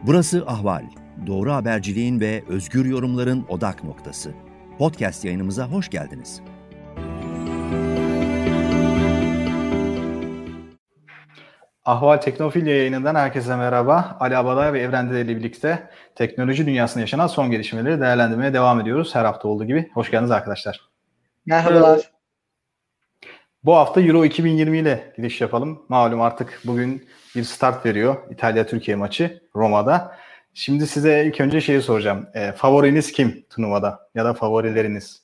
Burası Ahval. Doğru haberciliğin ve özgür yorumların odak noktası. Podcast yayınımıza hoş geldiniz. Ahval Teknofilya yayınından herkese merhaba. Ali Abalay ve Evren Dede ile birlikte teknoloji dünyasında yaşanan son gelişmeleri değerlendirmeye devam ediyoruz. Her hafta olduğu gibi. Hoş geldiniz arkadaşlar. Merhabalar. Bu hafta Euro 2020 ile giriş yapalım. Malum artık bugün bir start veriyor İtalya-Türkiye maçı Roma'da. Şimdi size ilk önce şeyi soracağım. Favoriniz kim turnuvada ya da favorileriniz?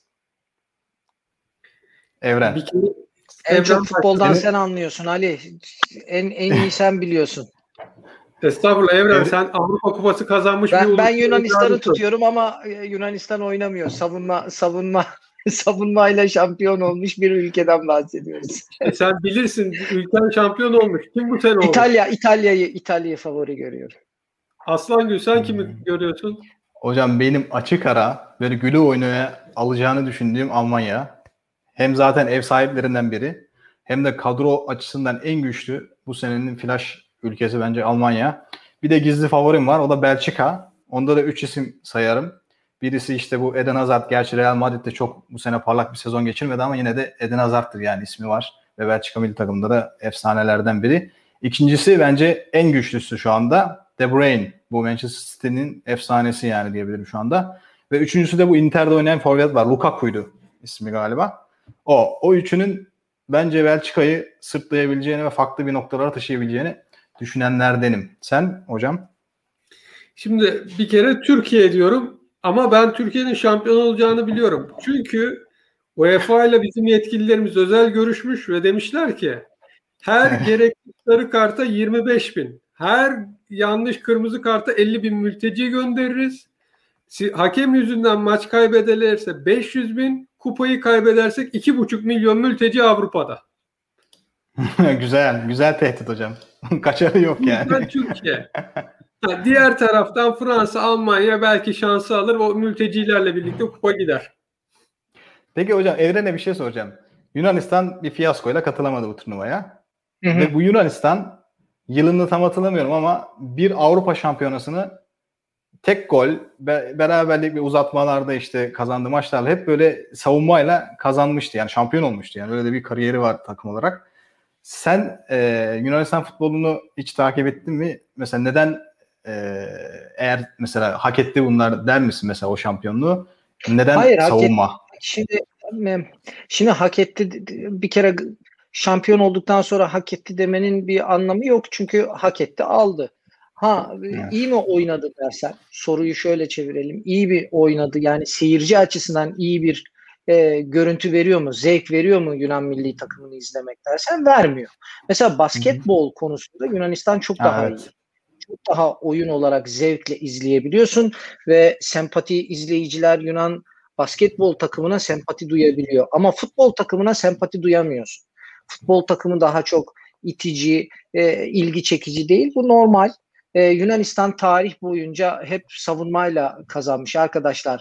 Evren. En çok futboldan sen anlıyorsun Ali. En iyi sen biliyorsun. Estağfurullah Evren, sen Avrupa Kupası kazanmış ben Yunanistan'ı tutuyorum ama Yunanistan oynamıyor. Savunmayla şampiyon olmuş bir ülkeden bahsediyoruz. Sen bilirsin, ülken şampiyon olmuş. Kim bu sene olmuş? İtalya'yı favori görüyorum. Aslangül, sen kimi görüyorsun? Hocam benim açık ara böyle gülü oynaya alacağını düşündüğüm Almanya. Hem zaten ev sahiplerinden biri, hem de kadro açısından en güçlü bu senenin flash ülkesi bence Almanya. Bir de gizli favorim var, o da Belçika. Onda da 3 isim sayarım. Birisi işte bu Eden Hazard. Gerçi Real Madrid'de çok bu sene parlak bir sezon geçirmedi ama yine de Eden Hazard'tır yani, ismi var. Ve Belçika milli takımında da efsanelerden biri. İkincisi bence en güçlüsü şu anda De Bruyne. Bu Manchester City'nin efsanesi yani diyebilirim şu anda. Ve üçüncüsü de bu Inter'de oynayan forvet var. Lukaku'ydu ismi galiba. O üçünün bence Belçika'yı sırtlayabileceğini ve farklı bir noktalara taşıyabileceğini düşünenlerdenim. Sen hocam? Şimdi bir kere Türkiye diyorum ama ben Türkiye'nin şampiyon olacağını biliyorum. Çünkü UEFA ile bizim yetkililerimiz özel görüşmüş ve demişler ki her gerekli sarı karta 25.000, her yanlış kırmızı karta 50.000 mülteci göndeririz. Hakem yüzünden maç kaybederlerse 500.000, kupayı kaybedersek 2,5 milyon mülteci Avrupa'da. Güzel tehdit hocam. Kaçarı yok yani. Ben Türkiye. Diğer taraftan Fransa, Almanya belki şansı alır. O mültecilerle birlikte kupa gider. Peki hocam, Evren'e bir şey soracağım. Yunanistan bir fiyaskoyla katılamadı bu turnuvaya. Ve bu Yunanistan, yılını tam hatırlamıyorum ama bir Avrupa şampiyonasını tek gol, beraberlik ve uzatmalarda işte kazandığı maçlarla hep böyle savunmayla kazanmıştı. Yani şampiyon olmuştu. Yani böyle de bir kariyeri var takım olarak. Sen Yunanistan futbolunu hiç takip ettin mi? Mesela neden eğer mesela hak etti bunlar der misin mesela o şampiyonluğu? Neden Hayır, savunma? Şimdi hak etti, bir kere şampiyon olduktan sonra hak etti demenin bir anlamı yok. Çünkü hak etti, aldı. Evet. İyi mi oynadı dersen, soruyu şöyle çevirelim. İyi bir oynadı, yani seyirci açısından iyi bir görüntü veriyor mu? Zevk veriyor mu Yunan milli takımını izlemek dersen, vermiyor. Mesela basketbol konusunda Yunanistan çok daha iyi. Çok daha oyun olarak zevkle izleyebiliyorsun ve sempati, izleyiciler Yunan basketbol takımına sempati duyabiliyor. Ama futbol takımına sempati duyamıyorsun. Futbol takımı daha çok itici, ilgi çekici değil. Bu normal. Yunanistan tarih boyunca hep savunmayla kazanmış arkadaşlar.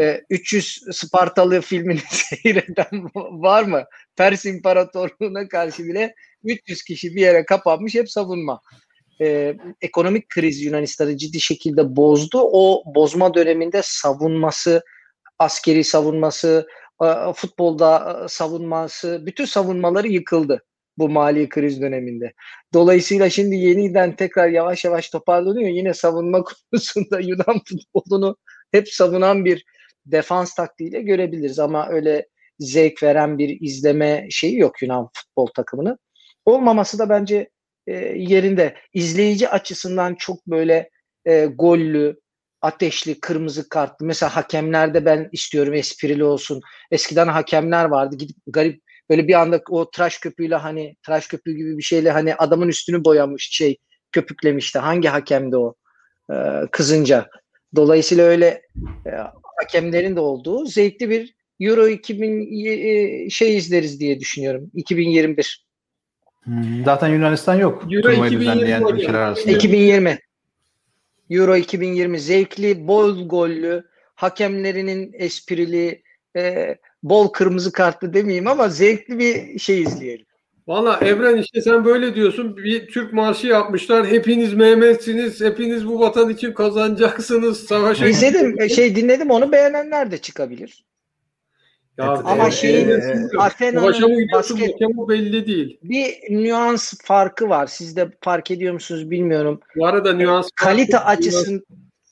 300 Spartalı filmini seyreden var mı? Pers İmparatorluğu'na karşı bile 300 kişi bir yere kapanmış, hep savunma. Ekonomik kriz Yunanistan'ı ciddi şekilde bozdu. O bozma döneminde savunması, askeri savunması, futbolda savunması, bütün savunmaları yıkıldı bu mali kriz döneminde. Dolayısıyla şimdi yeniden tekrar yavaş yavaş toparlanıyor. Yine savunma konusunda Yunan futbolunu hep savunan bir defans taktiğiyle görebiliriz. Ama öyle zevk veren bir izleme şeyi yok Yunan futbol takımının. Olmaması da bence yerinde. İzleyici açısından çok böyle gollü, ateşli, kırmızı kartlı. Mesela hakemlerde ben istiyorum esprili olsun. Eskiden hakemler vardı. Gidip garip böyle bir anda o tıraş köpüğüyle, hani tıraş köpüğü gibi bir şeyle hani adamın üstünü boyamış, köpüklemişti. Hangi hakemdi o? Kızınca. Dolayısıyla öyle hakemlerin de olduğu zevkli bir Euro 2000 izleriz diye düşünüyorum. 2021. Zaten Yunanistan yok. Euro 2020. 2020. Euro 2020 zevkli, bol gollü, hakemlerinin esprili, bol kırmızı kartlı demeyeyim ama zevkli bir izleyelim. Valla Evren işte sen böyle diyorsun. Bir Türk marşı yapmışlar. Hepiniz Mehmet'siniz. Hepiniz bu vatan için kazanacaksınız. Savaşa Dinledim onu, beğenenler de çıkabilir. Ya, ama Athena'nın basket belli değil. Bir nüans farkı var. Siz de fark ediyor musunuz bilmiyorum. Bu arada nüans kalite açısından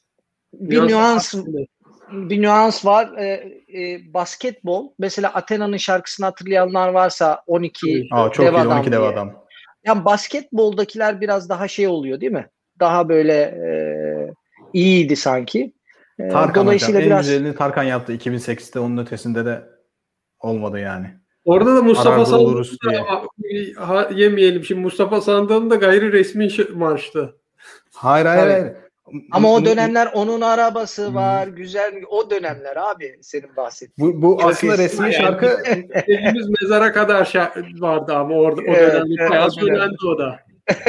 bir nüans var. Basketbol mesela, Athena'nın şarkısını hatırlayanlar varsa, 12 çok dev iyi, adam 12 dev adam. Yani basketboldakiler biraz daha oluyor değil mi? Daha böyle iyiydi sanki. Tarkan dolayısıyla hocam, biraz en güzelini Tarkan yaptı 2008'de, onun ötesinde de olmadı yani. Orada da Mustafa Sandal'ı yemeyelim. Şimdi Mustafa Sandal'ın da gayri resmi marştı. Hayır. Ama o dönemler onun arabası var, güzel. O dönemler abi senin bahsettiğin. Bu aslında resmi şarkı. Dediğimiz mezara kadar vardı ama orada o dönemde. Beyaz dönemde o da.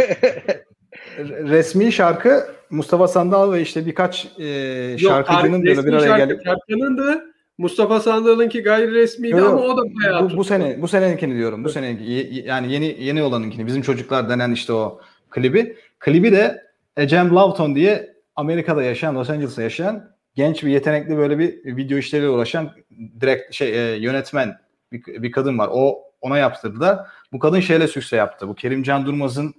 Resmi şarkı Mustafa Sandal ve işte birkaç şarkıcının böyle bir araya gelip. Şarkının da Mustafa Sandal'ınki gayri resmiydi ama o da bayağı bu seneninkini diyorum. Bu senenki yani yeni olanınkini. Bizim çocuklar denen işte o klibi. Klibi de Ecem Lavton diye Amerika'da yaşayan, Los Angeles'ta yaşayan genç bir yetenekli, böyle bir video işleriyle uğraşan direkt yönetmen bir kadın var. Ona yaptırdı. Bu kadın şeyle sükse yaptı. Bu Kerimcan Durmaz'ın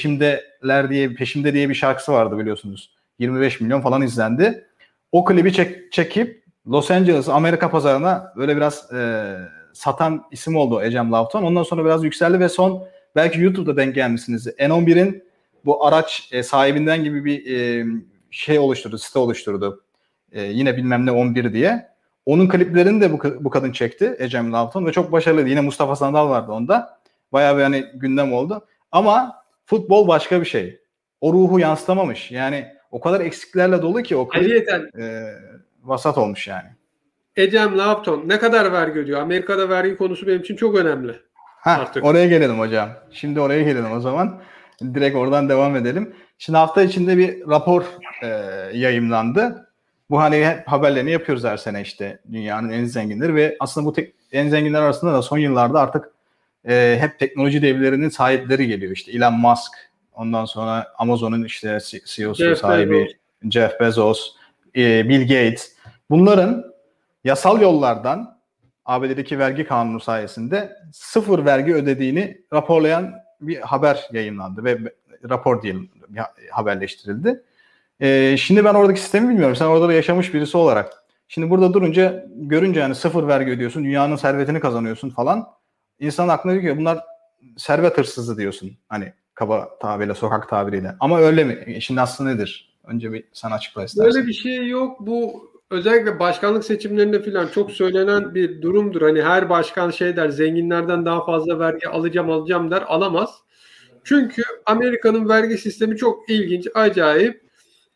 Peşimde diye bir şarkısı vardı biliyorsunuz. 25 milyon falan izlendi. O klibi çekip Los Angeles, Amerika pazarına böyle biraz satan isim oldu Ecem Lavton. Ondan sonra biraz yükseldi ve son, belki YouTube'da denk gelmişsiniz, N11'in bu araç sahibinden gibi bir site oluşturdu. Yine bilmem ne 11 diye. Onun kliplerini de bu kadın çekti, Ecem Lavton, ve çok başarılıydı. Yine Mustafa Sandal vardı onda. Bayağı bir gündem oldu. Ama futbol başka bir şey. O ruhu yansıtamamış. Yani o kadar eksiklerle dolu ki o klip vasat olmuş yani. Ecem Lavton ne kadar vergi ödüyor? Amerika'da vergi konusu benim için çok önemli. Artık. Oraya gelelim hocam. Şimdi oraya gelelim o zaman. Direkt oradan devam edelim. Şimdi hafta içinde bir rapor yayımlandı. Bu hep haberlerini yapıyoruz her sene, işte dünyanın en zenginleri ve aslında bu en zenginler arasında da son yıllarda artık hep teknoloji devlerinin sahipleri geliyor. İşte Elon Musk, ondan sonra Amazon'un işte CEO'su, sahibi Jeff Bezos, Bill Gates. Bunların yasal yollardan ABD'deki vergi kanunu sayesinde sıfır vergi ödediğini raporlayan bir haber yayınlandı ve rapor diyelim haberleştirildi. Şimdi ben oradaki sistemi bilmiyorum. Sen orada da yaşamış birisi olarak. Şimdi burada görünce sıfır vergi ödüyorsun, dünyanın servetini kazanıyorsun falan. İnsanın aklına diyor ki bunlar servet hırsızı diyorsun. Kaba tabiriyle, sokak tabiriyle. Ama öyle mi? Şimdi aslında nedir? Önce bir sen açıkla istersen. Böyle bir şey yok. Bu özellikle başkanlık seçimlerinde falan çok söylenen bir durumdur. Her başkan der, zenginlerden daha fazla vergi alacağım der, alamaz. Çünkü Amerika'nın vergi sistemi çok ilginç, acayip.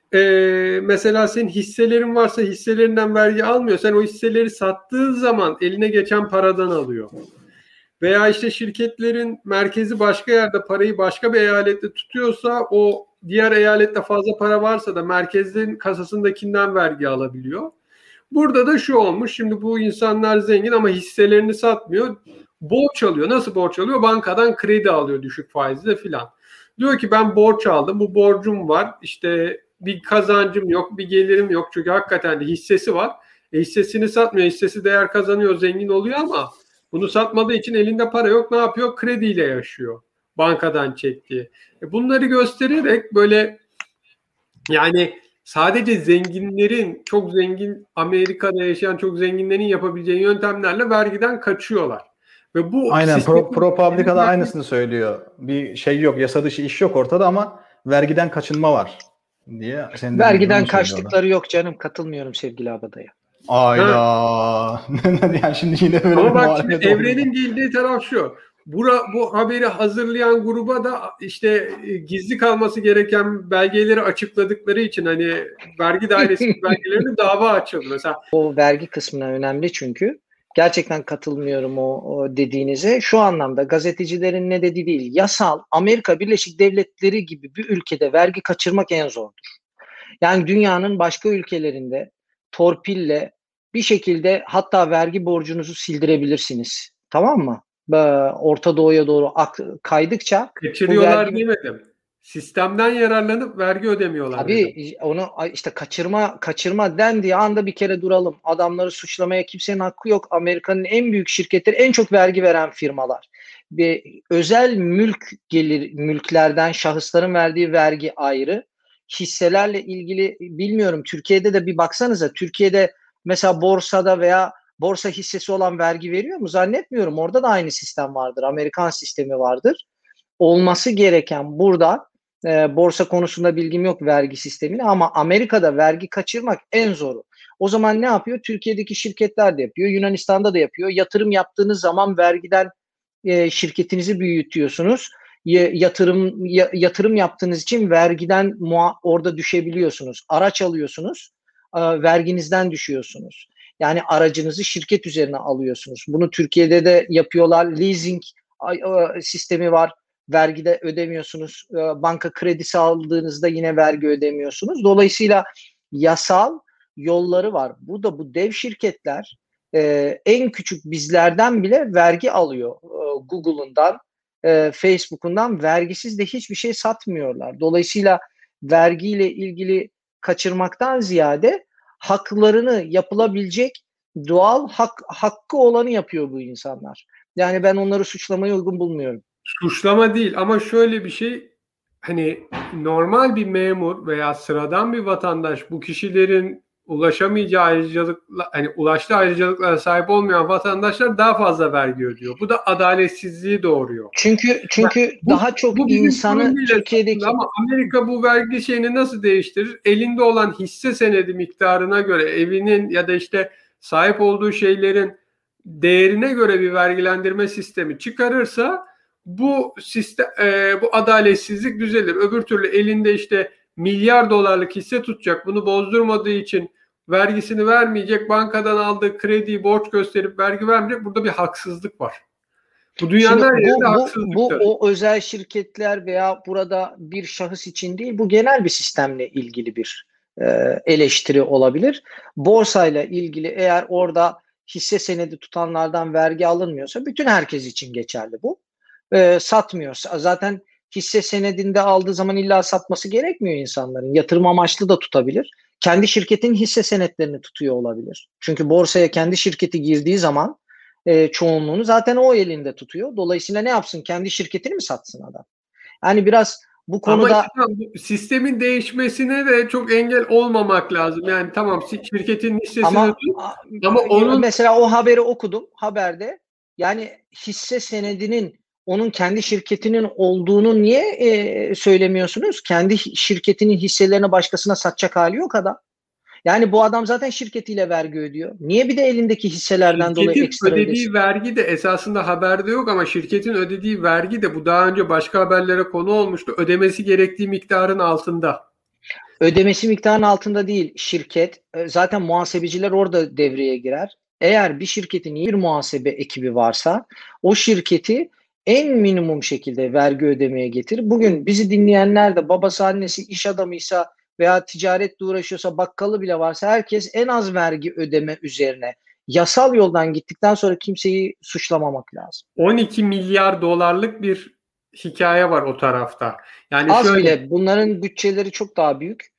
Mesela senin hisselerin varsa hisselerinden vergi almıyor. Sen o hisseleri sattığın zaman eline geçen paradan alıyor. Veya işte şirketlerin merkezi başka yerde, parayı başka bir eyalette tutuyorsa, o diğer eyalette fazla para varsa da merkezin kasasındakinden vergi alabiliyor. Burada da şu olmuş, şimdi bu insanlar zengin ama hisselerini satmıyor. Borç alıyor. Nasıl borç alıyor? Bankadan kredi alıyor düşük faizle filan. Diyor ki ben borç aldım, bu borcum var, işte bir kazancım yok, bir gelirim yok, çünkü hakikaten de hissesi var. Hissesini satmıyor, hissesi değer kazanıyor, zengin oluyor ama bunu satmadığı için elinde para yok. Ne yapıyor? Krediyle yaşıyor. Bankadan çektiği. Bunları göstererek böyle, sadece zenginlerin, çok zengin Amerika'da yaşayan çok zenginlerin yapabileceği yöntemlerle vergiden kaçıyorlar. Ve bu aynen ProPublica'da aynısını söylüyor. Bir şey yok, yasa dışı iş yok ortada ama vergiden kaçınma var diye. Vergiden kaçtıkları yok canım. Katılmıyorum sevgili Abada'ya. Ayda. Yani şimdi yine böyle. Ama bak, şimdi Evren'in bildiği taraf şu. Bu haberi hazırlayan gruba da işte gizli kalması gereken belgeleri açıkladıkları için vergi dairesi belgelerine dava açıldı mesela. O vergi kısmına önemli çünkü. Gerçekten katılmıyorum o dediğinize. Şu anlamda gazetecilerin ne dediği değil. Yasal Amerika Birleşik Devletleri gibi bir ülkede vergi kaçırmak en zordur. Yani dünyanın başka ülkelerinde torpille bir şekilde hatta vergi borcunuzu sildirebilirsiniz. Tamam mı? Orta Doğu'ya doğru kaydıkça kaçırıyorlar demedim. Sistemden yararlanıp vergi ödemiyorlar. Tabii dedim. onu işte kaçırma dendiği anda bir kere duralım. Adamları suçlamaya kimsenin hakkı yok. Amerika'nın en büyük şirketleri, en çok vergi veren firmalar. Özel mülklerden şahısların verdiği vergi ayrı. Hisselerle ilgili bilmiyorum. Türkiye'de de bir baksanıza. Türkiye'de mesela borsada veya borsa hissesi olan vergi veriyor mu? Zannetmiyorum. Orada da aynı sistem vardır. Amerikan sistemi vardır. Olması gereken burada borsa konusunda bilgim yok vergi sistemini ama Amerika'da vergi kaçırmak en zoru. O zaman ne yapıyor? Türkiye'deki şirketler de yapıyor. Yunanistan'da da yapıyor. Yatırım yaptığınız zaman vergiden şirketinizi büyütüyorsunuz. Yatırım yaptığınız için vergiden orada düşebiliyorsunuz. Araç alıyorsunuz. Verginizden düşüyorsunuz. Yani aracınızı şirket üzerine alıyorsunuz. Bunu Türkiye'de de yapıyorlar. Leasing sistemi var. Vergide ödemiyorsunuz. Banka kredisi aldığınızda yine vergi ödemiyorsunuz. Dolayısıyla yasal yolları var. Burada bu dev şirketler en küçük bizlerden bile vergi alıyor. Google'undan, Facebook'undan vergisiz de hiçbir şey satmıyorlar. Dolayısıyla vergiyle ilgili kaçırmaktan ziyade haklarını yapılabilecek doğal hakkı olanı yapıyor bu insanlar. Yani ben onları suçlamayı uygun bulmuyorum. Suçlama değil ama şöyle bir şey, hani normal bir memur veya sıradan bir vatandaş bu kişilerin ulaşamayacağı ayrıcalıkla, hani ulaştığı ayrıcalıklara sahip olmayan vatandaşlar daha fazla vergi ödüyor. Bu da adaletsizliği doğuruyor. Çünkü daha çok insanı Türkiye'deki, ama Amerika bu vergi şeyini nasıl değiştirir? Elinde olan hisse senedi miktarına göre evinin ya da işte sahip olduğu şeylerin değerine göre bir vergilendirme sistemi çıkarırsa bu sistem, bu adaletsizlik düzelir. Öbür türlü elinde işte milyar dolarlık hisse tutacak, bunu bozdurmadığı için vergisini vermeyecek, bankadan aldığı krediyi borç gösterip vergi vermeyecek. Burada bir haksızlık var. Bu dünyanın her yerinde haksızlıktır. Bu o özel şirketler veya burada bir şahıs için değil, bu genel bir sistemle ilgili bir eleştiri olabilir. Borsayla ilgili eğer orada hisse senedi tutanlardan vergi alınmıyorsa bütün herkes için geçerli bu. Satmıyorsa zaten hisse senedinde aldığı zaman illa satması gerekmiyor insanların. Yatırım amaçlı da tutabilir. Kendi şirketin hisse senetlerini tutuyor olabilir. Çünkü borsaya kendi şirketi girdiği zaman çoğunluğunu zaten o elinde tutuyor. Dolayısıyla ne yapsın? Kendi şirketini mi satsın adam? Yani biraz bu konuda... Ama sistemin değişmesine de çok engel olmamak lazım. Yani tamam şirketin hissesini ama onun... Mesela o haberi okudum haberde. Yani hisse senedinin onun kendi şirketinin olduğunu niye söylemiyorsunuz? Kendi şirketinin hisselerini başkasına satacak hali yok adam. Yani bu adam zaten şirketiyle vergi ödüyor. Niye bir de elindeki hisselerden dolayı ekstra ödesin? Ödediği vergi de esasında haberde yok ama şirketin ödediği vergi de bu daha önce başka haberlere konu olmuştu. Ödemesi gerektiği miktarın altında. Ödemesi miktarın altında değil. Şirket zaten muhasebeciler orada devreye girer. Eğer bir şirketin iyi bir muhasebe ekibi varsa o şirketi en minimum şekilde vergi ödemeye getirir. Bugün bizi dinleyenler de babası annesi iş adamıysa veya ticaretle uğraşıyorsa bakkalı bile varsa herkes en az vergi ödeme üzerine yasal yoldan gittikten sonra kimseyi suçlamamak lazım. 12 milyar dolarlık bir hikaye var o tarafta. Yani az bile bunların bütçeleri çok daha büyük.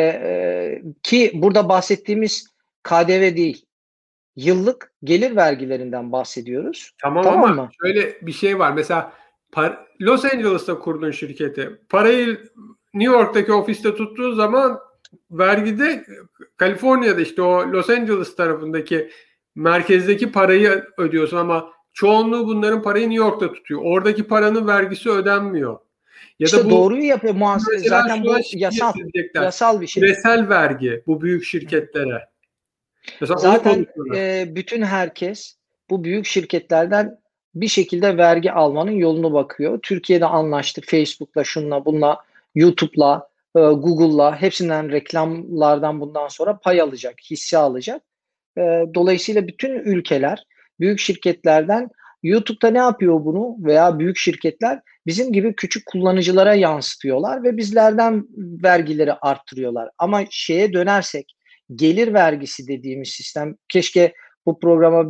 Ki burada bahsettiğimiz KDV değil. Yıllık gelir vergilerinden bahsediyoruz. Tamam ama mı? Şöyle bir şey var. Mesela Los Angeles'ta kurduğun şirketi parayı New York'taki ofiste tuttuğun zaman vergide Kaliforniya'da işte o Los Angeles tarafındaki merkezdeki parayı ödüyorsun ama çoğunluğu bunların parayı New York'ta tutuyor. Oradaki paranın vergisi ödenmiyor. Ya işte da doğruyu yapıyor muhasebe. Zaten bu yasal bir şey. Küresel vergi bu büyük şirketlere. Mesela zaten bütün herkes bu büyük şirketlerden bir şekilde vergi almanın yolunu bakıyor. Türkiye'de anlaştı Facebook'la, şunla, bununla, YouTube'la, Google'la hepsinden reklamlardan bundan sonra pay alacak, hisse alacak. Dolayısıyla bütün ülkeler büyük şirketlerden YouTube'da ne yapıyor bunu veya büyük şirketler bizim gibi küçük kullanıcılara yansıtıyorlar ve bizlerden vergileri arttırıyorlar. Ama şeye dönersek gelir vergisi dediğimiz sistem, keşke bu programa bir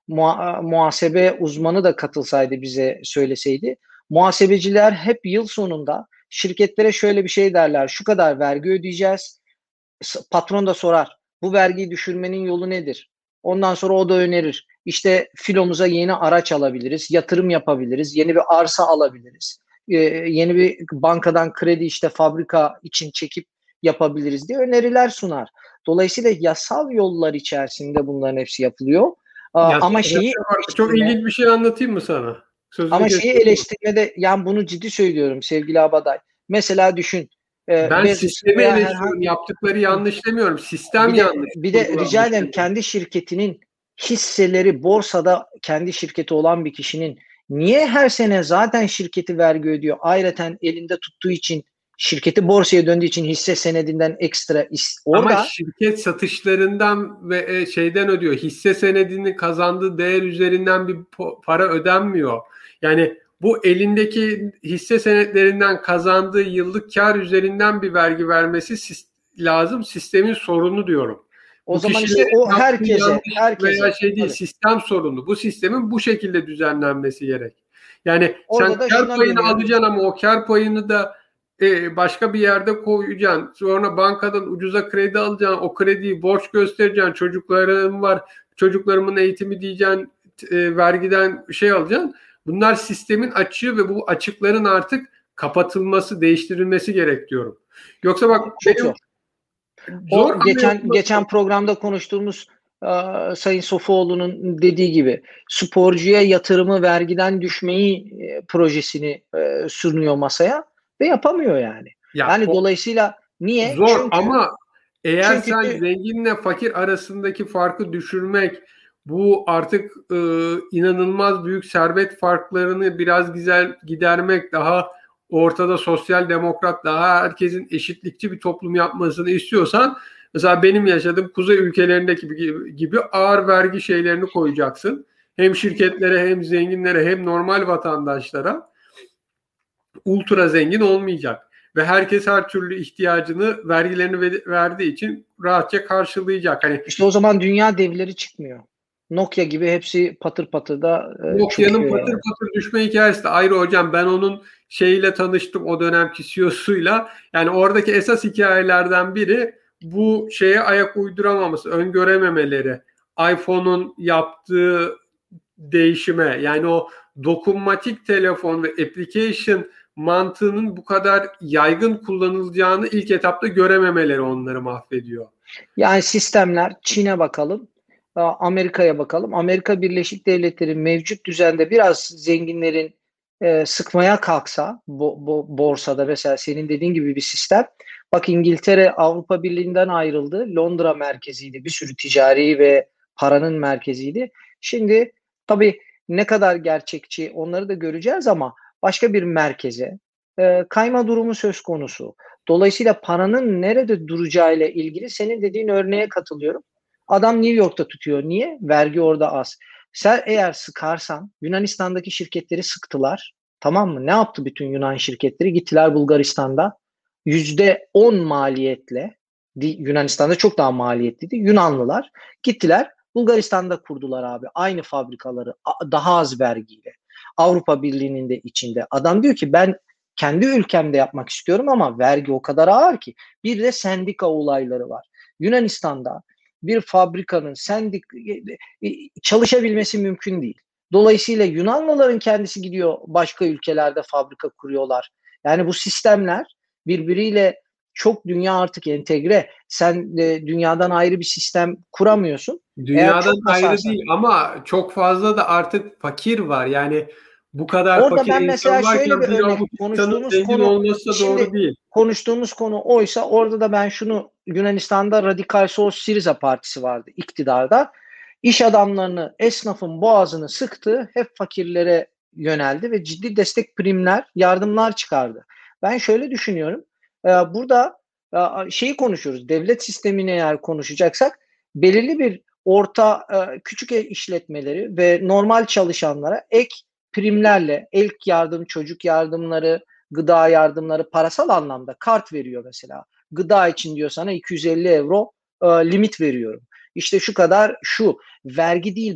muhasebe uzmanı da katılsaydı, bize söyleseydi. Muhasebeciler hep yıl sonunda şirketlere şöyle bir şey derler: şu kadar vergi ödeyeceğiz. Patron da sorar, bu vergiyi düşürmenin yolu nedir? Ondan sonra o da önerir. İşte filomuza yeni araç alabiliriz, yatırım yapabiliriz, yeni bir arsa alabiliriz, yeni bir bankadan kredi işte fabrika için çekip yapabiliriz diye öneriler sunar. Dolayısıyla yasal yollar içerisinde bunların hepsi yapılıyor. Ama şeyi çok ilginç bir şey anlatayım mı sana? Ama şeyi eleştirmede, yani bunu ciddi söylüyorum sevgili Abaday. Mesela düşün. Ben sistemi eleştiriyorum. Yaptıkları yanlış demiyorum. Sistem yanlış. Bir de rica ederim, kendi şirketinin hisseleri borsada, kendi şirketi olan bir kişinin niye her sene zaten şirketi vergi ödüyor? Ayrıca elinde tuttuğu için, şirketi borsaya döndüğü için hisse senedinden ekstra orada. Ama şirket satışlarından ve şeyden ödüyor. Hisse senedinin kazandığı değer üzerinden bir para ödenmiyor. Yani bu elindeki hisse senetlerinden kazandığı yıllık kar üzerinden bir vergi vermesi lazım. Sistemin sorunu diyorum. O zaman işte o herkese veya şey değil, sistem sorunu. Bu sistemin bu şekilde düzenlenmesi gerek. Yani orada sen kar payını alacaksın ama o kar payını da başka bir yerde koyacaksın. Sonra bankadan ucuza kredi alacaksın. O krediyi borç göstereceksin. Çocuklarım var. Çocuklarımın eğitimi diyeceksin. Vergiden şey alacaksın. Bunlar sistemin açığı ve bu açıkların artık kapatılması, değiştirilmesi gerek diyorum. Yoksa bak benim zor. Geçen programda konuştuğumuz Sayın Sofuoğlu'nun dediği gibi sporcuya yatırımı vergiden düşmeyi projesini sunuyor masaya ve yapamıyor yani. Yani dolayısıyla niye? Zor ama eğer sen zenginle fakir arasındaki farkı düşürmek, bu artık inanılmaz büyük servet farklarını biraz güzel gidermek, daha ortada sosyal demokrat, daha herkesin eşitlikçi bir toplum yapmasını istiyorsan, mesela benim yaşadığım kuzey ülkelerindeki gibi ağır vergi şeylerini koyacaksın. Hem şirketlere, hem zenginlere, hem normal vatandaşlara. Ultra zengin olmayacak. Ve herkes her türlü ihtiyacını, vergilerini verdiği için rahatça karşılayacak. Hani işte o zaman dünya devleri çıkmıyor. Nokia gibi hepsi patır patır da Nokia'nın patır patır düşme hikayesi de ayrı hocam. Ben onun şeyiyle tanıştım, o dönemki CEO'suyla. Yani oradaki esas hikayelerden biri bu şeye ayak uyduramaması, öngörememeleri. iPhone'un yaptığı değişime, yani o dokunmatik telefon ve application mantığının bu kadar yaygın kullanılacağını ilk etapta görememeleri onları mahvediyor. Yani sistemler, Çin'e bakalım, Amerika'ya bakalım. Amerika Birleşik Devletleri mevcut düzende biraz zenginlerin sıkmaya kalksa borsada, mesela senin dediğin gibi bir sistem. Bak, İngiltere Avrupa Birliği'nden ayrıldı. Londra merkeziydi. Bir sürü ticari ve paranın merkeziydi. Şimdi tabii ne kadar gerçekçi onları da göreceğiz ama başka bir merkeze kayma durumu söz konusu. Dolayısıyla paranın nerede duracağıyla ilgili senin dediğin örneğe katılıyorum. Adam New York'ta tutuyor. Niye? Vergi orada az. Sen eğer sıkarsan, Yunanistan'daki şirketleri sıktılar. Tamam mı? Ne yaptı bütün Yunan şirketleri? Gittiler Bulgaristan'da %10 maliyetle, Yunanistan'da çok daha maliyetliydi. Yunanlılar gittiler Bulgaristan'da kurdular abi. Aynı fabrikaları daha az vergiyle. Avrupa Birliği'nin de içinde. Adam diyor ki ben kendi ülkemde yapmak istiyorum ama vergi o kadar ağır ki. Bir de sendika olayları var. Yunanistan'da bir fabrikanın çalışabilmesi mümkün değil. Dolayısıyla Yunanlıların kendisi gidiyor başka ülkelerde fabrika kuruyorlar. Yani bu sistemler birbiriyle çok, dünya artık entegre. Sen dünyadan ayrı bir sistem kuramıyorsun. Dünyadan ayrı değil ama çok fazla da artık fakir var. Yani bu kadar orada fakir ben mesela insan şöyle varken bir örnek, konuştuğumuz konu olması doğru değil. Konuştuğumuz konu oysa, orada da ben şunu, Yunanistan'da Radikal Sol Syriza partisi vardı iktidarda. İş adamlarını, esnafın boğazını sıktı, hep fakirlere yöneldi ve ciddi destek primler, yardımlar çıkardı. Ben şöyle düşünüyorum. Burada şeyi konuşuyoruz. Devlet sistemini eğer konuşacaksak, belirli bir orta küçük işletmeleri ve normal çalışanlara ek primlerle, ilk yardım, çocuk yardımları, gıda yardımları, parasal anlamda kart veriyor mesela. Gıda için diyor sana 250 euro limit veriyorum. İşte şu kadar, şu vergi değil bak,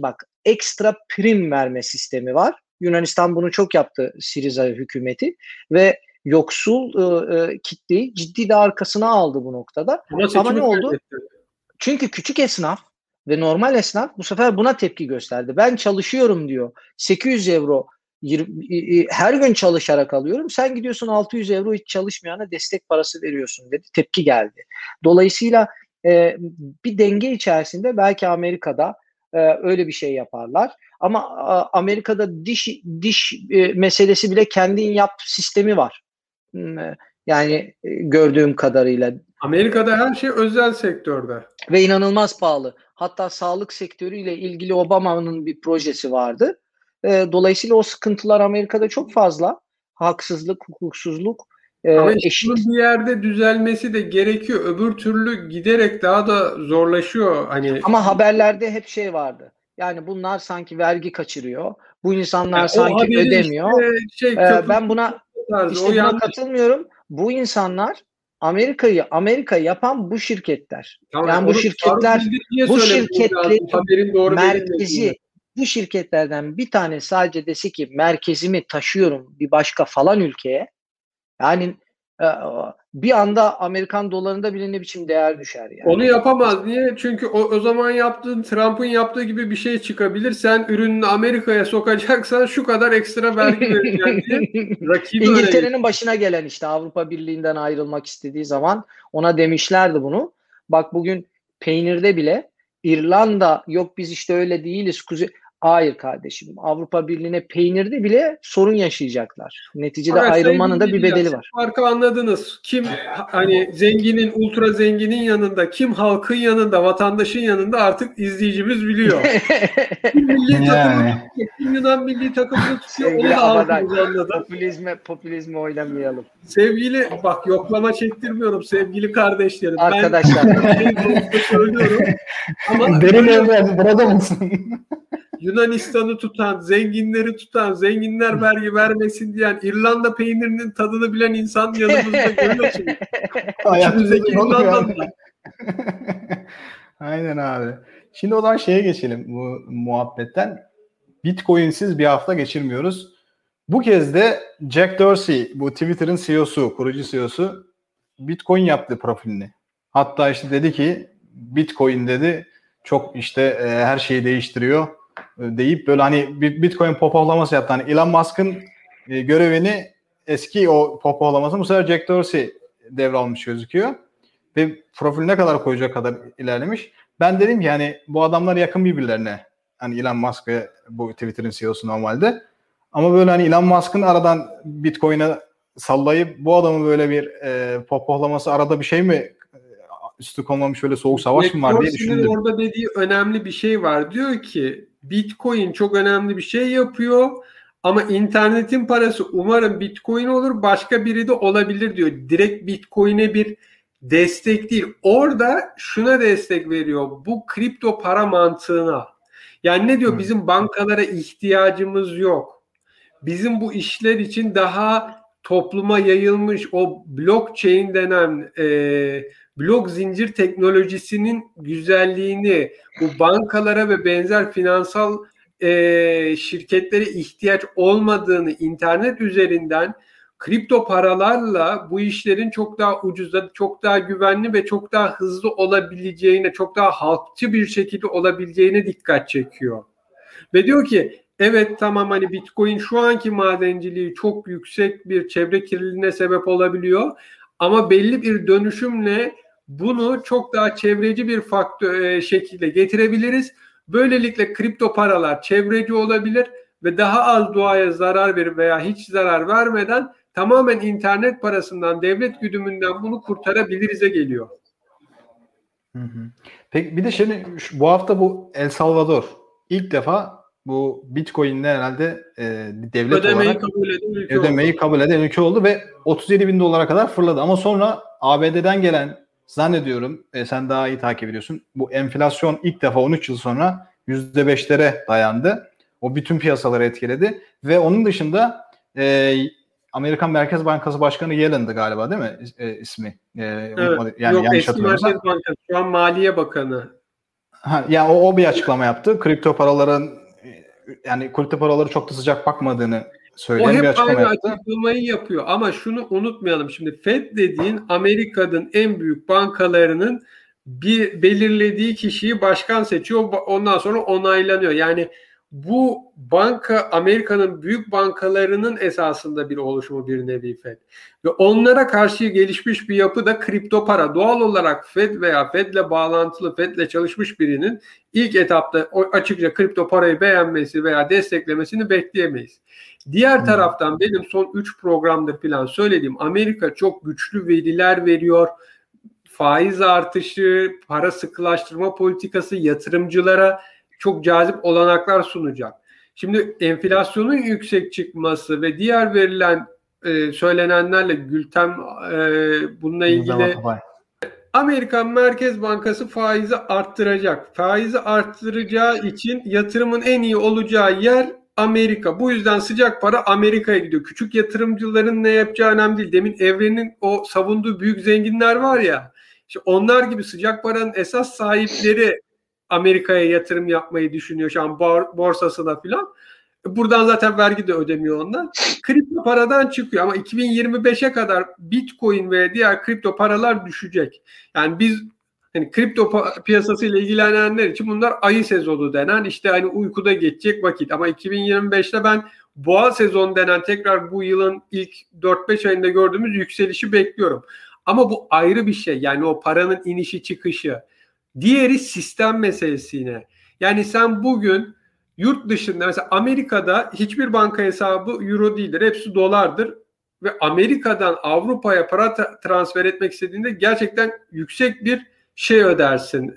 ekstra prim verme sistemi var. Yunanistan bunu çok yaptı, Syriza hükümeti ve yoksul kitleyi ciddi de arkasına aldı bu noktada. Ama ne oldu? Çünkü küçük esnaf ve normal esnaf bu sefer buna tepki gösterdi. Ben çalışıyorum diyor. 800 euro her gün çalışarak alıyorum. Sen gidiyorsun 600 euro hiç çalışmayana destek parası veriyorsun dedi. Tepki geldi. Dolayısıyla bir denge içerisinde belki Amerika'da öyle bir şey yaparlar. Ama Amerika'da diş meselesi bile kendin yap sistemi var. Yani gördüğüm kadarıyla. Amerika'da her şey özel sektörde. Ve inanılmaz pahalı. Hatta sağlık sektörüyle ilgili Obama'nın bir projesi vardı. Dolayısıyla o sıkıntılar Amerika'da çok fazla. Haksızlık, hukuksuzluk, ama eşit. bir yerde düzelmesi de gerekiyor. Öbür türlü giderek daha da zorlaşıyor. Ama haberlerde hep şey vardı. Yani bunlar sanki vergi kaçırıyor. Bu insanlar sanki ödemiyor. Ben buna katılmıyorum. Bu insanlar Amerika yapan bu şirketler. Tamam, yani bu şirketlerin merkezi, bu şirketlerden bir tane sadece dese ki merkezimi taşıyorum bir başka falan ülkeye, yani bir anda Amerikan dolarında bile ne biçim değer düşer yani. Onu yapamaz. Niye? Çünkü o zaman yaptığın, Trump'ın yaptığı gibi bir şey çıkabilir. Sen ürününü Amerika'ya sokacaksan şu kadar ekstra vergi vereceksin diye. İngiltere'nin başına gelen işte Avrupa Birliği'nden ayrılmak istediği zaman ona demişlerdi bunu. Bak bugün peynirde bile İrlanda yok biz işte öyle değiliz. Hayır kardeşim, Avrupa Birliği'ne peynirde bile sorun yaşayacaklar. Neticede ayrılmanın da bir bedeli var. Farkı anladınız. Kim hani zenginin, ultra zenginin yanında, kim halkın yanında, vatandaşın yanında artık izleyicimiz biliyor. Kim milli takımı tutuyor, kim Yunan milli takımını tutuyor, onu da halkımız anladı. Popülizme oynamayalım. Sevgili, bak yoklama çektirmiyorum sevgili kardeşlerim. Arkadaşlar. Ben söylüyorum. Ama derin evren burada mısın? Yunanistan'ı tutan, zenginleri tutan, zenginler vergi vermesin diyen, İrlanda peynirinin tadını bilen insan yanımızda görüyorsunuz. İçimizdeki İrlandalılar. Aynen abi. Şimdi o zaman şeye geçelim bu muhabbetten. Bitcoin'siz bir hafta geçirmiyoruz. Bu kez de Jack Dorsey, bu Twitter'ın CEO'su, kurucu CEO'su Bitcoin yaptı profilini. Hatta işte dedi ki Bitcoin dedi çok işte her şeyi değiştiriyor deyip böyle hani bir Bitcoin pohpohlaması yaptı. Hani Elon Musk'ın görevini eski o pohpohlaması bu sefer Jack Dorsey devralmış gözüküyor. Ve profil ne kadar koyacak kadar ilerlemiş. Ben dedim ki hani bu adamlar yakın birbirlerine. Hani Elon Musk ve bu Twitter'ın CEO'su normalde. Ama böyle hani Elon Musk'ın aradan Bitcoin'e sallayıp bu adamın böyle bir pohpohlaması arada bir şey mi üstü konmamış böyle soğuk savaş mı var diye düşündüm. Orada dediği önemli bir şey var. Diyor ki Bitcoin çok önemli bir şey yapıyor ama internetin parası umarım Bitcoin olur, başka biri de olabilir diyor. Direkt Bitcoin'e bir destek değil. Orada şuna destek veriyor. Bu kripto para mantığına. Yani ne diyor? Bizim bankalara ihtiyacımız yok. Bizim bu işler için daha topluma yayılmış o blockchain denen blok zincir teknolojisinin güzelliğini, bu bankalara ve benzer finansal şirketlere ihtiyaç olmadığını, internet üzerinden kripto paralarla bu işlerin çok daha ucuza, çok daha güvenli ve çok daha hızlı olabileceğine, çok daha halkçı bir şekilde olabileceğine dikkat çekiyor. Ve diyor ki evet tamam hani Bitcoin şu anki madenciliği çok yüksek bir çevre kirliliğine sebep olabiliyor ama belli bir dönüşümle bunu çok daha çevreci bir şekilde getirebiliriz. Böylelikle kripto paralar çevreci olabilir ve daha az doğaya zarar verir veya hiç zarar vermeden tamamen internet parasından, devlet güdümünden bunu kurtarabiliriz'e geliyor. Peki bir de şimdi bu hafta bu El Salvador ilk defa bu Bitcoin'le herhalde devlet olarak ödemeyi kabul eden ülke oldu ve 37 bin dolara kadar fırladı. Ama sonra ABD'den gelen zannediyorum sen daha iyi takip ediyorsun. Bu enflasyon ilk defa 13 yıl sonra %5'lere dayandı. O bütün piyasaları etkiledi ve onun dışında Amerikan Merkez Bankası Başkanı Yellen'dı galiba değil mi ismi? Evet. Yani yok eski Merkez Bankası şu an Maliye Bakanı. Yani o bir açıklama yaptı. Kripto paraların yani kulüpte paraları çok da sıcak bakmadığını O söyleyen bir hep açıklama aynı yaptı. açıklamayı yapıyor ama şunu unutmayalım, şimdi Fed dediğin Amerika'nın en büyük bankalarının bir belirlediği kişiyi başkan seçiyor, ondan sonra onaylanıyor. Yani bu banka Amerika'nın büyük bankalarının esasında bir oluşumu, bir nevi Fed. Ve onlara karşı gelişmiş bir yapı da kripto para. Doğal olarak Fed veya Fed'le bağlantılı, Fed'le çalışmış birinin ilk etapta açıkça kripto parayı beğenmesi veya desteklemesini bekleyemeyiz. Diğer taraftan benim son 3 programdır falan söylediğim, Amerika çok güçlü veriler veriyor. Faiz artışı, para sıkılaştırma politikası yatırımcılara çok cazip olanaklar sunacak. Şimdi enflasyonun yüksek çıkması ve diğer verilen söylenenlerle Gültem bununla ilgili Amerikan Merkez Bankası faizi arttıracak. Faizi arttıracağı için yatırımın en iyi olacağı yer Amerika. Bu yüzden sıcak para Amerika'ya gidiyor. Küçük yatırımcıların ne yapacağı önemli değil. Demin Evren'in o savunduğu büyük zenginler var ya, işte onlar gibi sıcak paranın esas sahipleri Amerika'ya yatırım yapmayı düşünüyor şu an borsasına filan. Buradan zaten vergi de ödemiyor onlar. Kripto paradan çıkıyor ama 2025'e kadar Bitcoin ve diğer kripto paralar düşecek. Yani biz hani kripto piyasasıyla ilgilenenler için bunlar ayı sezonu denen, işte hani uykuda geçecek vakit. Ama 2025'te ben boğa sezonu denen tekrar bu yılın ilk 4-5 ayında gördüğümüz yükselişi bekliyorum. Ama bu ayrı bir şey. Yani o paranın inişi çıkışı. Diğeri sistem meselesi yine. Yani sen bugün yurt dışında mesela Amerika'da hiçbir banka hesabı euro değildir. Hepsi dolardır. Ve Amerika'dan Avrupa'ya para transfer etmek istediğinde gerçekten yüksek bir şey ödersin.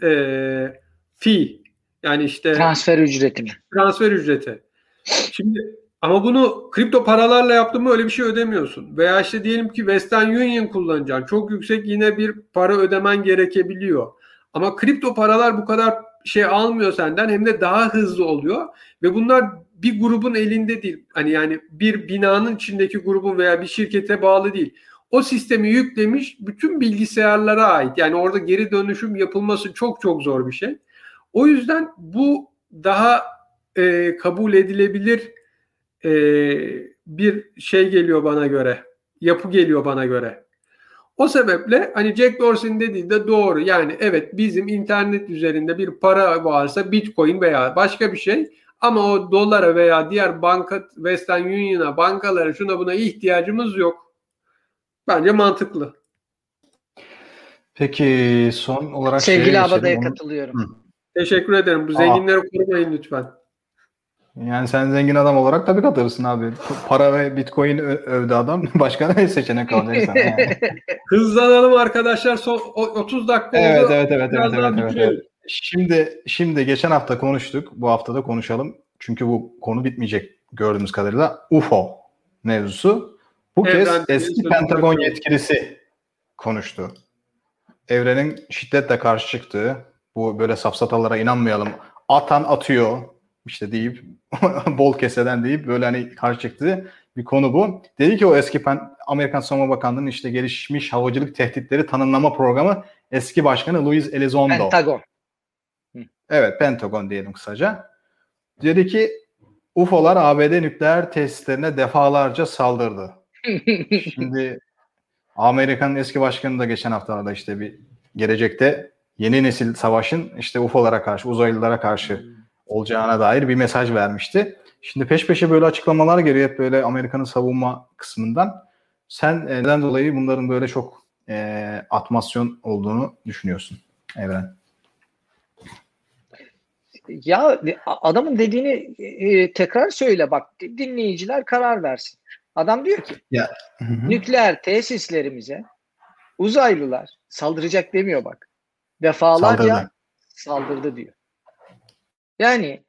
Fee. Yani işte transfer ücreti mi? Transfer ücreti. Şimdi ama bunu kripto paralarla yaptın mı öyle bir şey ödemiyorsun. Veya işte diyelim ki Western Union kullanacaksın. Çok yüksek yine bir para ödemen gerekebiliyor. Ama kripto paralar bu kadar şey almıyor senden, hem de daha hızlı oluyor ve bunlar bir grubun elinde değil. Hani yani bir binanın içindeki grubun veya bir şirkete bağlı değil. O sistemi yüklemiş bütün bilgisayarlara ait. Yani orada geri dönüşüm yapılması çok çok zor bir şey. O yüzden bu daha kabul edilebilir bir şey geliyor bana göre. Yapı geliyor bana göre. O sebeple hani Jack Dorsey'nin dediği de doğru. Yani evet, bizim internet üzerinde bir para varsa Bitcoin veya başka bir şey, ama o dolara veya diğer banka, Western Union'a, bankalara, şuna buna ihtiyacımız yok. Bence mantıklı. Peki son olarak sevgili Abada'ya katılıyorum. Teşekkür ederim. Bu zenginleri korumayın lütfen. Yani sen zengin adam olarak tabii katılırsın abi. Para ve Bitcoin övdü adam. Başka ne seçenek kalacak sana yani. Hızlanalım arkadaşlar. Son 30 dakika oldu. Evet. Şimdi geçen hafta konuştuk. Bu hafta da konuşalım. Çünkü bu konu bitmeyecek gördüğümüz kadarıyla. UFO mevzusu. Bu kez eski Pentagon yetkilisi konuştu. Evrenin şiddetle karşı çıktığı, bu böyle safsatalara inanmayalım, atan atıyor işte deyip bol keseden deyip böyle hani karşı çıktığı bir konu bu. Dedi ki o eski Amerikan Savunma Bakanlığı'nın işte gelişmiş havacılık tehditleri tanımlama programı eski başkanı Luis Elizondo. Pentagon. Evet, Pentagon diyelim kısaca. Dedi ki UFO'lar ABD nükleer tesislerine defalarca saldırdı. Şimdi Amerika'nın eski başkanı da geçen haftalarda işte bir gelecekte yeni nesil savaşın işte UFO'lara karşı, uzaylılara karşı olacağına dair bir mesaj vermişti. Şimdi peş peşe böyle açıklamalar geliyor hep böyle Amerika'nın savunma kısmından. Sen neden dolayı bunların böyle çok atmasyon olduğunu düşünüyorsun Evren? Ya adamın dediğini tekrar söyle bak, dinleyiciler karar versin. Adam diyor ki nükleer tesislerimize uzaylılar saldıracak demiyor bak. Defalarca saldırdı diyor. Yani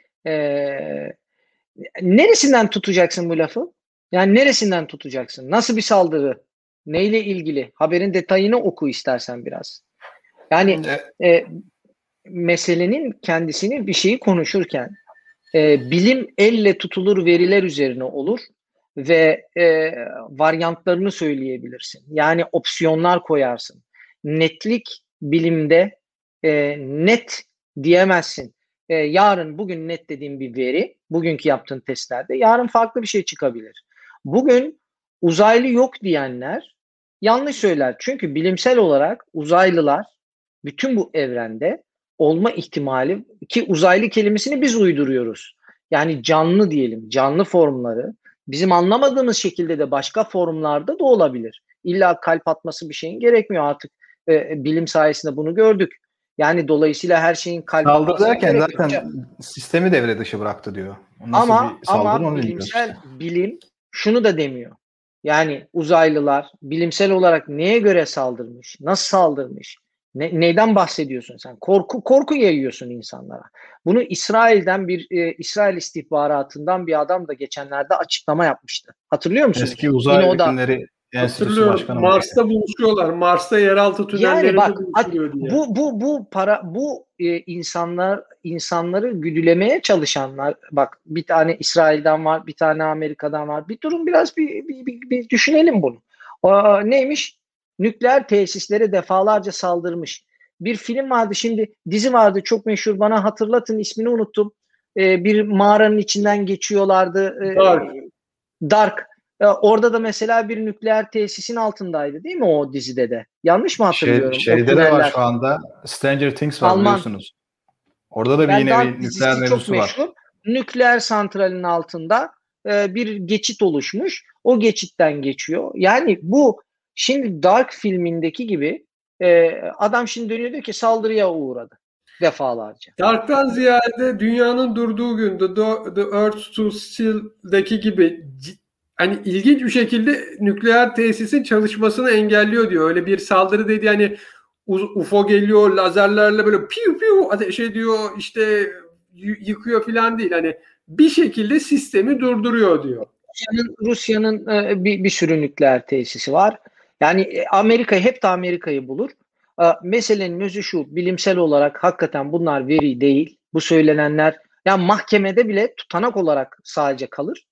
neresinden tutacaksın bu lafı? Yani neresinden tutacaksın? Nasıl bir saldırı? Neyle ilgili? Haberin detayını oku istersen biraz. Yani meselenin kendisini, bir şeyi konuşurken bilim elle tutulur veriler üzerine olur ve varyantlarını söyleyebilirsin. Yani opsiyonlar koyarsın. Netlik bilimde net diyemezsin. yarın bugün net dediğim bir veri, bugünkü yaptığın testlerde yarın farklı bir şey çıkabilir. Bugün uzaylı yok diyenler yanlış söyler. Çünkü bilimsel olarak uzaylılar bütün bu evrende olma ihtimali, ki uzaylı kelimesini biz uyduruyoruz. Yani canlı diyelim, canlı formları bizim anlamadığımız şekilde de başka formlarda da olabilir. İlla kalp atması bir şeyin gerekmiyor artık. Bilim sayesinde bunu gördük. Yani dolayısıyla her şeyin kalp Saldırı atması derken gerekmiyor. zaten sistemi devre dışı bıraktı diyor. Nasıl bir saldırı Ama onu bilimsel bilim şunu da demiyor. Yani uzaylılar bilimsel olarak neye göre saldırmış, nasıl saldırmış, neyden bahsediyorsun sen? Korku yayıyorsun insanlara. Bunu İsrail'den İsrail istihbaratından bir adam da geçenlerde açıklama yapmıştı. Hatırlıyor musunuz? Eski uzay Yine o da bilimleri enstitüsü Hatırlıyorum. başkanı. Mars'ta buluşuyorlar. Mars'ta yeraltı tünellerinde yani bak buluşuluyor diye. bu insanları güdülemeye çalışanlar, bak bir tane İsrail'den var, bir tane Amerika'dan var. Bir durun biraz bir düşünelim bunu. Neymiş? Nükleer tesislere defalarca saldırmış. Bir film vardı, şimdi dizi vardı çok meşhur, bana hatırlatın, ismini unuttum. Bir mağaranın içinden geçiyorlardı. Dark. Orada da mesela bir nükleer tesisin altındaydı değil mi o dizide de? Yanlış mı hatırlıyorum? Şeyde de var şu anda. Stranger Things var Alman. biliyorsunuz. Orada da bir yine Dark bir nükleer dizisi çok mevzusu var. meşhur. Nükleer santralin altında bir geçit oluşmuş. O geçitten geçiyor. Yani bu şimdi Dark filmindeki gibi adam şimdi dönüyor diyor ki saldırıya uğradı defalarca. Dark'tan ziyade dünyanın durduğu gün The Earth Stood Still'deki gibi hani ilginç bir şekilde nükleer tesisin çalışmasını engelliyor diyor. Öyle bir saldırı dedi yani UFO geliyor lazerlerle böyle piu piu ateş ediyor işte yıkıyor falan değil. Hani bir şekilde sistemi durduruyor diyor. Rusya'nın bir sürü nükleer tesisi var. Yani hep de Amerika'yı bulur. Meselenin özü şu, bilimsel olarak hakikaten bunlar veri değil. Bu söylenenler yani mahkemede bile tutanak olarak sadece kalır.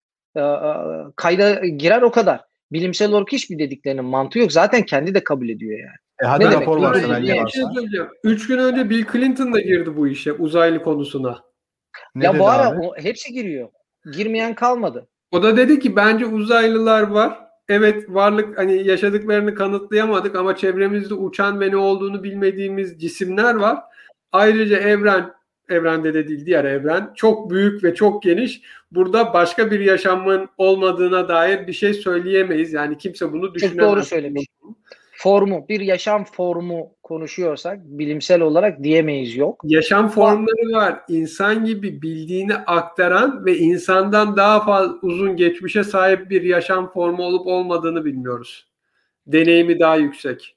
Kayda girer o kadar. Bilimsel olarak hiçbir dediklerinin mantığı yok. Zaten kendi de kabul ediyor yani. Hadi Ne rapor demek? varsa bence Yani, varsa. 3 gün önce Bill Clinton da girdi bu işe uzaylı konusuna. Ne ya dedi bu ara abi? hepsi giriyor. Girmeyen kalmadı. O da dedi ki bence uzaylılar var. Evet varlık hani yaşadıklarını kanıtlayamadık ama çevremizde uçan ve ne olduğunu bilmediğimiz cisimler var. Ayrıca evrende de değil diğer evren çok büyük ve çok geniş. Burada başka bir yaşamın olmadığına dair bir şey söyleyemeyiz. Yani kimse bunu düşünemez. Çok doğru söylemiş. Bir yaşam formu konuşuyorsak bilimsel olarak diyemeyiz yok. Yaşam formları var. İnsan gibi bildiğini aktaran ve insandan daha fazla uzun geçmişe sahip bir yaşam formu olup olmadığını bilmiyoruz. Deneyimi daha yüksek.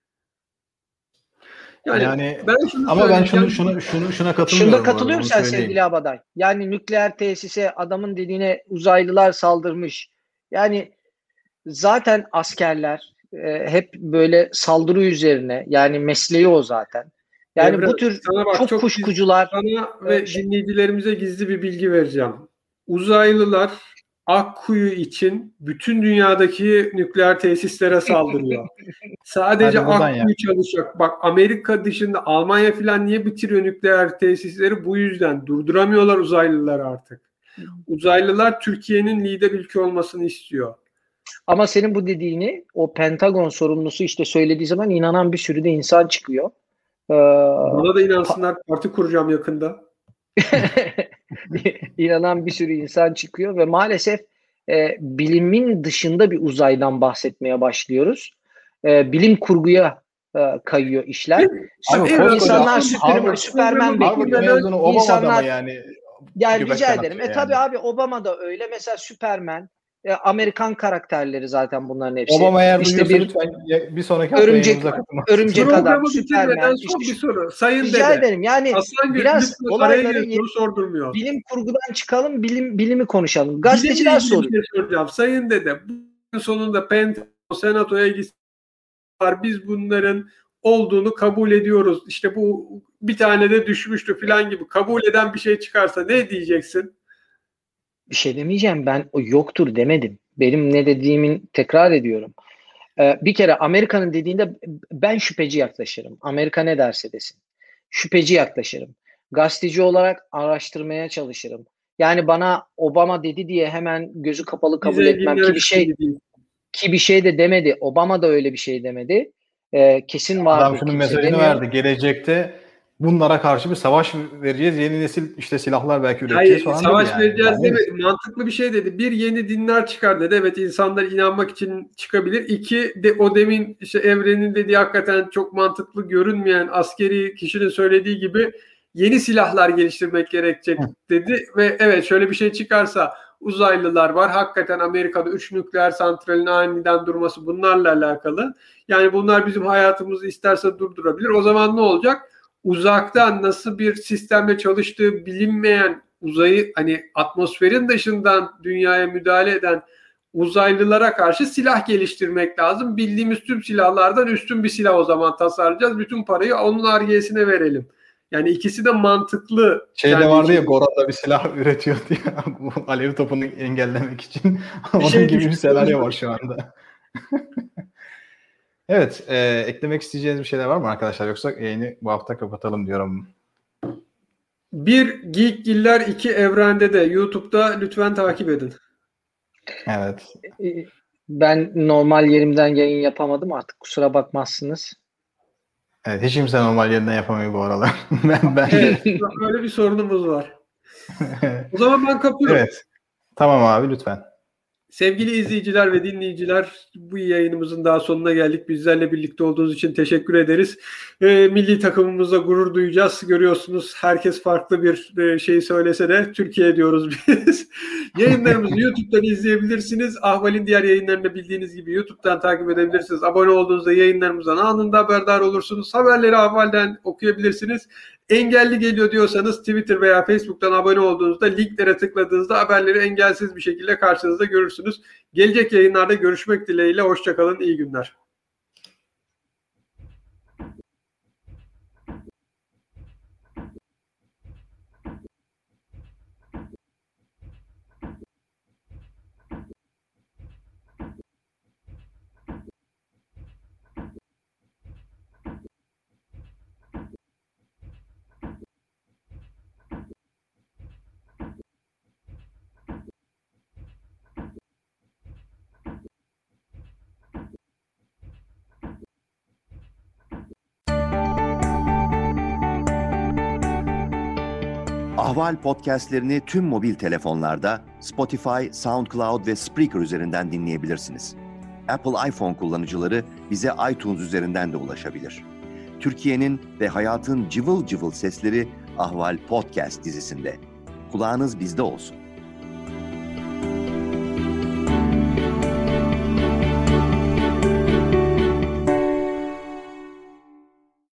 Yani ben şuna katılmıyorum. Şunda katılıyorum sen sevgili Abaday. Yani nükleer tesise adamın dediğine uzaylılar saldırmış. Yani zaten askerler hep böyle saldırı üzerine, yani mesleği o zaten. Yani Emre, bu tür çok kuşkucular. Sana ve dinleyicilerimize gizli bir bilgi vereceğim. Uzaylılar Akkuyu için bütün dünyadaki nükleer tesislere saldırıyor. Sadece Akkuyu çalışacak. Bak Amerika dışında Almanya falan niye bitiriyor nükleer tesisleri? Bu yüzden durduramıyorlar uzaylılar artık. Uzaylılar Türkiye'nin lider ülke olmasını istiyor. Ama senin bu dediğini o Pentagon sorumlusu işte söylediği zaman inanan bir sürü de insan çıkıyor. Bana da inansınlar, parti kuracağım yakında. İnanan bir sürü insan çıkıyor ve maalesef bilimin dışında bir uzaydan bahsetmeye başlıyoruz. Bilim kurguya kayıyor işler. İnsanlar Süperman bekliyor. İnsanlar yani rica ederim. Tabii abi Obama da öyle. Mesela Süperman, Amerikan karakterleri zaten bunların hepsi. Obama eğer işte bir sonraki örümcek adam, Süperman. Bir soru. Sayın rica Dede. ederim. Yani biraz olayları sordurmuyor. Bilim kurgudan çıkalım, bilimi konuşalım. Gazeteciler soruyor. Soracağım. Sayın Dede, bu sonunda Pentagon Senato'ya gitsin. Biz bunların olduğunu kabul ediyoruz. İşte bu bir tane de düşmüştü falan gibi. Kabul eden bir şey çıkarsa ne diyeceksin? Bir şey demeyeceğim. Ben o yoktur demedim. Benim ne dediğimin tekrar ediyorum. Bir kere Amerika'nın dediğinde ben şüpheci yaklaşırım. Amerika ne derse desin. Şüpheci yaklaşırım. gazeteci olarak araştırmaya çalışırım. Yani bana Obama dedi diye hemen gözü kapalı kabul etmem ki bir şey de demedi. Obama da öyle bir şey demedi. Kesin vardır. Adam şunun mesajını verdi. Gelecekte bunlara karşı bir savaş vereceğiz. Yeni nesil işte silahlar belki üreteceğiz falan. Savaş vereceğiz demedi. Mantıklı bir şey dedi. Bir, yeni dinler çıkar dedi. Evet, insanlar inanmak için çıkabilir. İki, de o demin işte Evren'in dediği hakikaten çok mantıklı görünmeyen askeri kişinin söylediği gibi yeni silahlar geliştirmek gerekecek dedi. Ve evet, şöyle bir şey çıkarsa uzaylılar var. Hakikaten Amerika'da 3 nükleer santralin aniden durması bunlarla alakalı. Yani bunlar bizim hayatımızı isterse durdurabilir. O zaman ne olacak? Uzaktan nasıl bir sistemle çalıştığı bilinmeyen uzayı, hani atmosferin dışından dünyaya müdahale eden uzaylılara karşı silah geliştirmek lazım. Bildiğimiz tüm silahlardan üstün bir silah o zaman tasarlayacağız. Bütün parayı onun Ar-Ge'sine verelim. Yani ikisi de mantıklı. Şeyde vardı ya, Goran'da bir silah üretiyordu ya bu alev topunu engellemek için. Onun gibi bir senaryo var şu anda. Evet, eklemek isteyeceğiniz bir şeyler var mı arkadaşlar? Yoksa yayını bu hafta kapatalım diyorum. 1 Geekgiller 2 Evren'de de YouTube'da lütfen takip edin. Evet. Ben normal yerimden yayın yapamadım, artık kusura bakmazsınız. Evet, hiç kimse normal yerinden yapamıyor bu aralar. ben Evet, öyle bir sorunumuz var. O zaman ben kapıyorum. Evet. Tamam abi, lütfen. Sevgili izleyiciler ve dinleyiciler, bu yayınımızın daha sonuna geldik. Bizlerle birlikte olduğunuz için teşekkür ederiz. Milli takımımızla gurur duyacağız. Görüyorsunuz, herkes farklı bir şey söylese de Türkiye diyoruz biz. Yayınlarımızı YouTube'dan izleyebilirsiniz. Ahval'in diğer yayınlarını bildiğiniz gibi YouTube'dan takip edebilirsiniz. Abone olduğunuzda yayınlarımızdan anında haberdar olursunuz. Haberleri Ahval'den okuyabilirsiniz. Engelli geliyor diyorsanız Twitter veya Facebook'tan abone olduğunuzda linklere tıkladığınızda haberleri engelsiz bir şekilde karşınızda görürsünüz. Gelecek yayınlarda görüşmek dileğiyle. Hoşça kalın. İyi günler. Ahval podcastlerini tüm mobil telefonlarda Spotify, SoundCloud ve Spreaker üzerinden dinleyebilirsiniz. Apple iPhone kullanıcıları bize iTunes üzerinden de ulaşabilir. Türkiye'nin ve hayatın cıvıl cıvıl sesleri Ahval Podcast dizisinde. Kulağınız bizde olsun.